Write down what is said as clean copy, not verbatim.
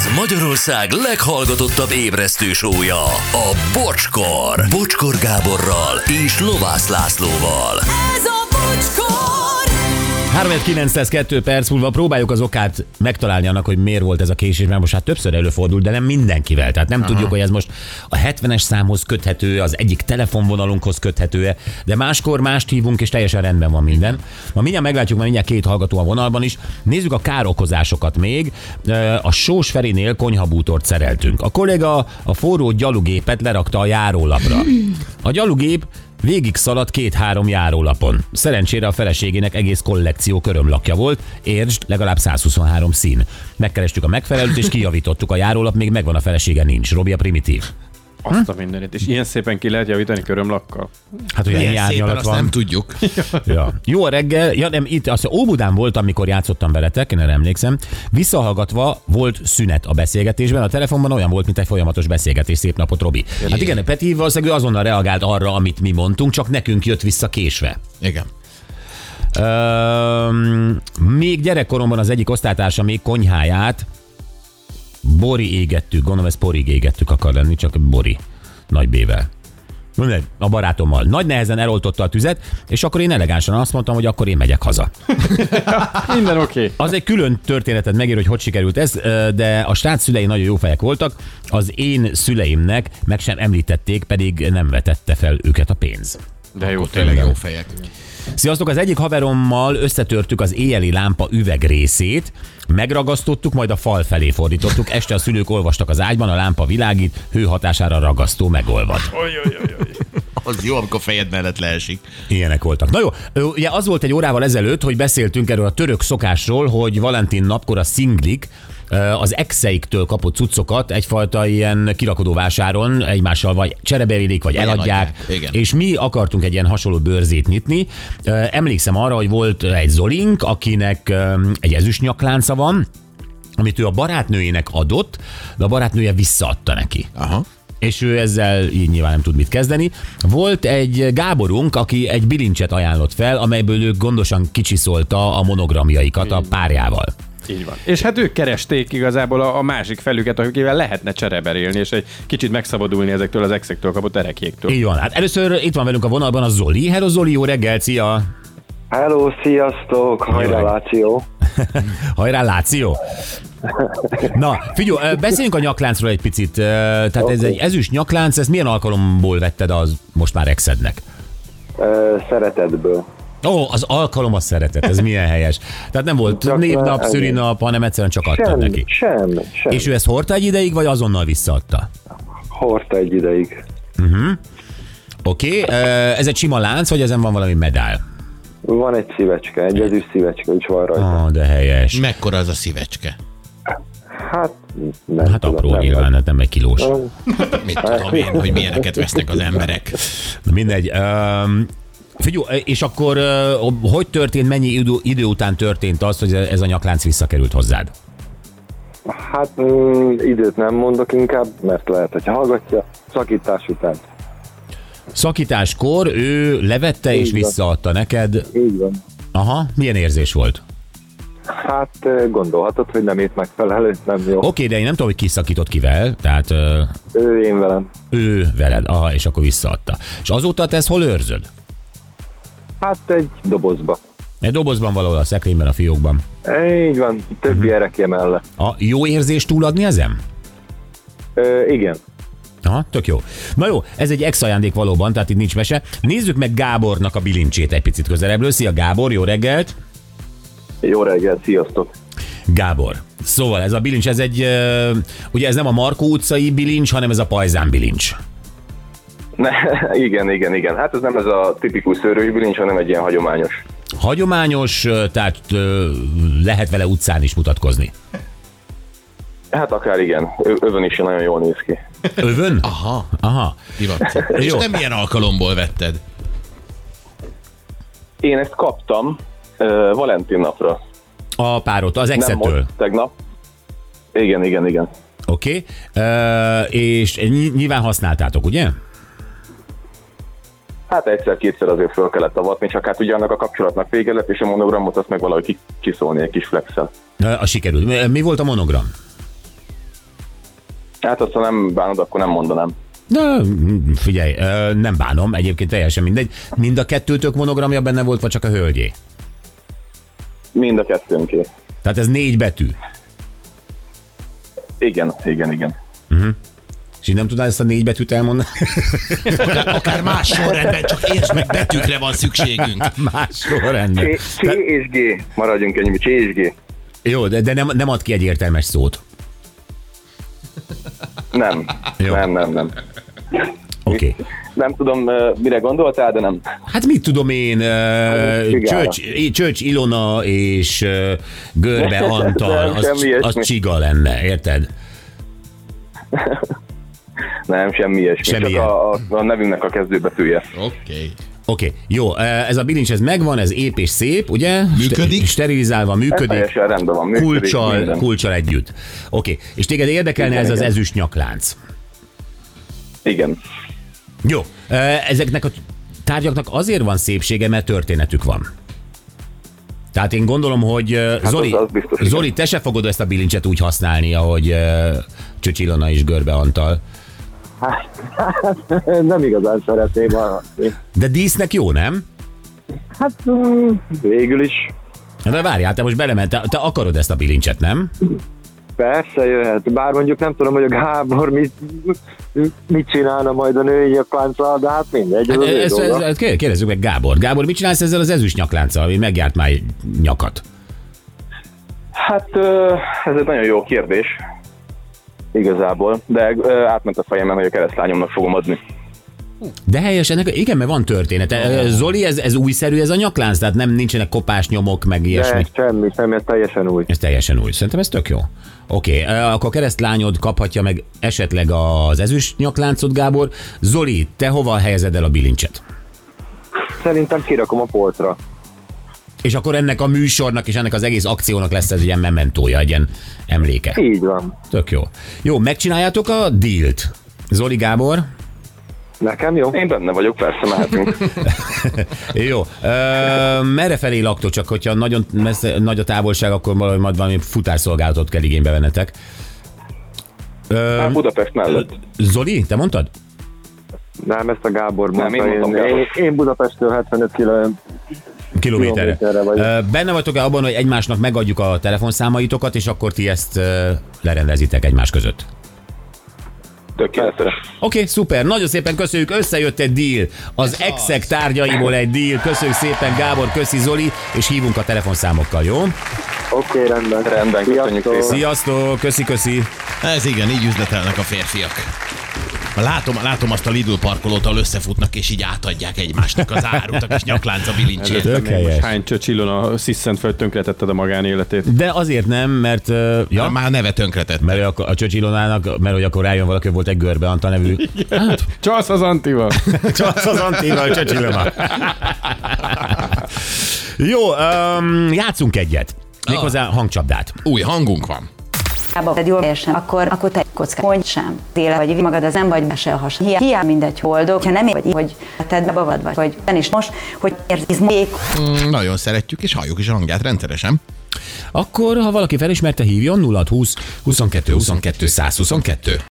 Ez Magyarország leghallgatottabb ébresztő show-ja, a Bocskor. Bocskor Gáborral és Lovász Lászlóval. Ez a Bocskor! 3-902 perc múlva próbáljuk az okát megtalálni annak, hogy miért volt ez a késés, mert most hát többször előfordul, de nem mindenkivel. Tehát nem tudjuk, hogy ez most a 70-es számhoz köthető, az egyik telefonvonalunkhoz köthető-e, de máskor mást hívunk, és teljesen rendben van minden. Ma mindjárt meglátjuk, mert mindjárt két hallgató a vonalban is. Nézzük a károkozásokat még. A Sós Ferinél konyhabútort szereltünk. A kolléga a forró gyalugépet lerakta a járólapra. A gyalugép végig szaladt 2-3 járólapon. Szerencsére a feleségének egész kollekció körömlakja volt, értsd, legalább 123 szín. Megkerestük a megfelelőt és kijavítottuk, a járólap még megvan, a felesége nincs. Robi a primitív. Azt a mindenit. És ilyen szépen ki lehet javítani körömlakkal? Hát olyan Ilyen szépen árnyalat azt van. nem tudjuk. Ja. Jó a reggel, ja nem, itt azt Óbudán voltam, amikor játszottam veletek, én erre emlékszem. Visszahallgatva volt szünet a beszélgetésben, a telefonban olyan volt, mint egy folyamatos beszélgetés. Szép napot, Robi. Hát igen, Peti valószínűleg azonnal reagált arra, amit mi mondtunk, csak nekünk jött vissza késve. Igen. Még gyerekkoromban az egyik osztálytársa még konyháját Bori égettük, gondolom ez porig égettük akar lenni, csak Bori, nagy B-vel. A barátommal. Nagy nehezen eloltotta a tüzet, és akkor én elegánsan azt mondtam, hogy akkor én megyek haza. Minden oké. Az egy külön történetet megír, hogy sikerült ez, de a srác szülei nagyon jó fejek voltak, az én szüleimnek meg sem említették, pedig nem vetette fel őket a pénz. De jó, Tényleg jó fejek. Sziasztok, az egyik haverommal összetörtük az éjjeli lámpa üvegrészét, megragasztottuk, majd a fal felé fordítottuk. Este a szülők olvastak az ágyban, a lámpa világít, hő hatására ragasztó megolvad. Az jó, amikor fejed mellett leesik. Ilyenek voltak. Na jó, ugye az volt egy órával ezelőtt, hogy beszéltünk erről a török szokásról, hogy Valentin napkor a szinglik az exeiktől kapott cuccokat egyfajta ilyen kirakodóvásáron egymással vagy csereberélik, vagy eladják. Igen. És mi akartunk egy ilyen hasonló bőrzét nyitni. Emlékszem arra, hogy volt egy Zolink, akinek egy ezüst nyaklánca van, amit ő a barátnőjének adott, de a barátnője visszaadta neki. Aha. És ő ezzel így nyilván nem tud mit kezdeni. Volt egy Gáborunk, aki egy bilincset ajánlott fel, amelyből ő gondosan kicsiszolta a monogramjaikat a párjával. Így van. És hát ők keresték igazából a másik felüket, akivel lehetne csereberélni, és egy kicsit megszabadulni ezektől az exektől kapott erekjéktől. Így van. Hát először itt van velünk a vonalban a Zoli. Hello Zoli, jó reggel, szia! Hello, sziasztok! Hajrá, Láció! Hajrá, Láció! Na, figyelj, beszéljünk a nyakláncról egy picit. Tehát ez egy ezüst nyaklánc, ezt milyen alkalomból vetted az most már exednek? Szeretetből. Ó, az alkalom a szeretet, ez milyen helyes. Tehát nem volt Csak névnap, nem, szülinap, hanem egyszerűen csak adtad neki. Sem. És ő ezt hordta egy ideig, vagy azonnal visszaadta? Hordta egy ideig. Oké, ez egy sima lánc, vagy ezen van valami medál? Van egy szívecske, egy ezüst szívecske is van rajta. De helyes. Mekkora az a szívecske? Hát, nem Hát tudom, apró nem nyilván, hát nem egy kilós. Mit tudom én, hogy milyeneket vesznek az emberek. Na mindegy. Figyelj, és akkor hogy történt, mennyi idő után történt az, hogy ez a nyaklánc visszakerült hozzád? Hát időt nem mondok inkább, mert lehet, hogy hallgatja. Szakítás után. Szakításkor ő levette és Így van. visszaadta neked. Így van. Aha, milyen érzés volt? Hát gondolhatod, hogy nem ért megfelelő, nem jó. Oké, de én nem tudom, hogy ki szakított kivel, tehát Én velem. ő veled, aha, és akkor visszaadta. És azóta te ezt hol őrzöd? Hát egy dobozba. Egy dobozban valahol a szekrényben, a fiókban. Így van, többi erekje mellett. A jó érzés túladni ezen? Igen. Aha, tök jó. Na jó, ez egy ex-ajándék valóban, tehát itt nincs mese. Nézzük meg Gábornak a bilincsét egy picit közelebbről. Szia Gábor, jó reggelt! Jó reggel, sziasztok! Gábor. Szóval ez a bilincs, ez egy, ugye ez nem a Markó utcai bilincs, hanem ez a pajzán bilincs. Igen. Hát ez nem ez a tipikus szőrői bilincs, hanem egy ilyen hagyományos. Hagyományos, tehát lehet vele utcán is mutatkozni. Hát akár igen, övön is nagyon jól néz ki. Övön? Aha. Divat. És Jó. nem milyen alkalomból vetted? Én ezt kaptam Valentin napra. A párot, az Nem exettől. most, tegnap. Igen. Oké. És nyilván használtátok, ugye? Hát egyszer-kétszer azért föl kellett avatni, csak hát ugye annak a kapcsolatnak vége lett, és a monogramot azt meg valahogy kiszólni egy kis flexel. A sikerült. Mi volt a monogram? Hát azt, ha nem bánod, akkor nem mondanám. De figyelj, nem bánom, egyébként teljesen mindegy. Mind a kettőtök monogramja benne volt, vagy csak a hölgyé? Mind a kettőnké. Tehát ez 4 betű. Igen. És így nem tudnál ezt a 4 betűt elmondani? Akár más sorrendben, csak értsd meg, betűkre van szükségünk. Más sorrendben. C és G. Maradjunk ennyi, C és G. Jó, de nem ad ki egy értelmes szót. Nem. Jó. Nem. Oké. Nem tudom, mire gondoltál, de nem. Hát mit tudom én, Csigára. Csöcs Ilona és Görbe Antal, Nem, semmi ilyesmi. az csiga lenne, érted? Nem, semmi ilyesmi. Semmi Csak ilyen. a nevünknek a kezdőbetűje. Oké. Oké, jó, ez a bilincs, ez megvan, ez ép és szép, ugye? Működik? Sterilizálva Ez működik. teljesen rendben van. Működik, minden. Kulccsal együtt. Oké, és téged érdekelne Igen, ez az igen. ezüst nyaklánc. Igen. Jó, ezeknek a tárgyaknak azért van szépsége, mert történetük van. Tehát én gondolom, hogy Zoli, az biztos, igen. Zoli, te se fogod ezt a bilincset úgy használni, ahogy Csöcs Ilona és Görbe Antal. Nem igazán szeretném hallani. De dísznek jó, nem? Hát végül is. De várjál, te most belement, te akarod ezt a bilincset, nem? Persze jöhet, bár mondjuk nem tudom, hogy a Gábor mit csinálna majd a női nyaklánccal, de hát mindegy, ez az ő dolga. Kérdezzük meg Gábor. Gábor, mit csinálsz ezzel az ezüst nyaklánccal, ami megjárt már nyakat? Hát ez egy nagyon jó kérdés, igazából, de átment a fejemen, hogy a keresztlányomnak fogom adni. De helyes, ennek, igen, mert van története. Zoli, ez újszerű ez a nyaklánc, tehát nem nincsenek kopás nyomok, meg ilyesmi. De semmi, ez teljesen új. Ez teljesen új. Szerintem ez tök jó. Oké, akkor a keresztlányod kaphatja meg esetleg az ezüst nyakláncot, Gábor. Zoli, te hova helyezed el a bilincset? Szerintem kirakom a polcra. És akkor ennek a műsornak és ennek az egész akciónak lesz ez egy ilyen mementója, egy ilyen emléke. Így van. Tök jó. Jó, megcsináljátok a dealt. Zoli, Gábor? Nekem jó? Én benne vagyok, persze, mehetünk. Jó. Merre felé laktok, csak hogyha nagyon messze, nagy a távolság, akkor majd valami futárszolgálatot kell igénybe vennetek. Hát Budapest mellett. Zoli, te mondtad? Nem, ezt a Gábor Nem, mondta. én mondtam, Gábor. Én Budapesttől 75 Kilométerre. vagyok. Benne vagytok-e abban, hogy egymásnak megadjuk a telefonszámaitokat, és akkor ti ezt lerendezitek egymás között? Tökéletes. Oké, szuper, nagyon szépen köszönjük, összejött egy deal. Az exek tárgyaiból egy deal. Köszönjük szépen, Gábor, köszi Zoli, és hívunk a telefonszámokkal, jó? Oké, rendben. Rendben, köszönjük szépen. Sziasztok, köszi. Ez igen, így üzletelnek a férfiak. Látom azt a Lidl parkolót, ahol összefutnak, és így átadják egymásnak az árut, a kis nyaklánca bilincsét. Tök helyes. Most hány Csöcs Ilona sziszent fel, hogy tönkretetted a magánéletét. De azért nem, mert... Ja, már a neve tönkretett. Mert a Csöcs Ilonának, mert hogy akkor rájön valaki, volt egy Görbe Antal nevű. Hát, Csalsz az Antival. csalsz az Antival, Csöcs Ilona. Jó, játszunk egyet. Méghozzá hangcsapdát. Új hangunk van. Egy jól érsen, akkor te kockát, hogy sem. Téle vagy magad az nem vagy be se hason. Hiába mindegy boldog, ha nem vagy, hogy tedd be bavad vagy, hogy ten is most, hogy érzizmék. Nagyon szeretjük, és halljuk is a hangját rendszeresen. Akkor, ha valaki felismerte, hívjon 0620 22 22 122.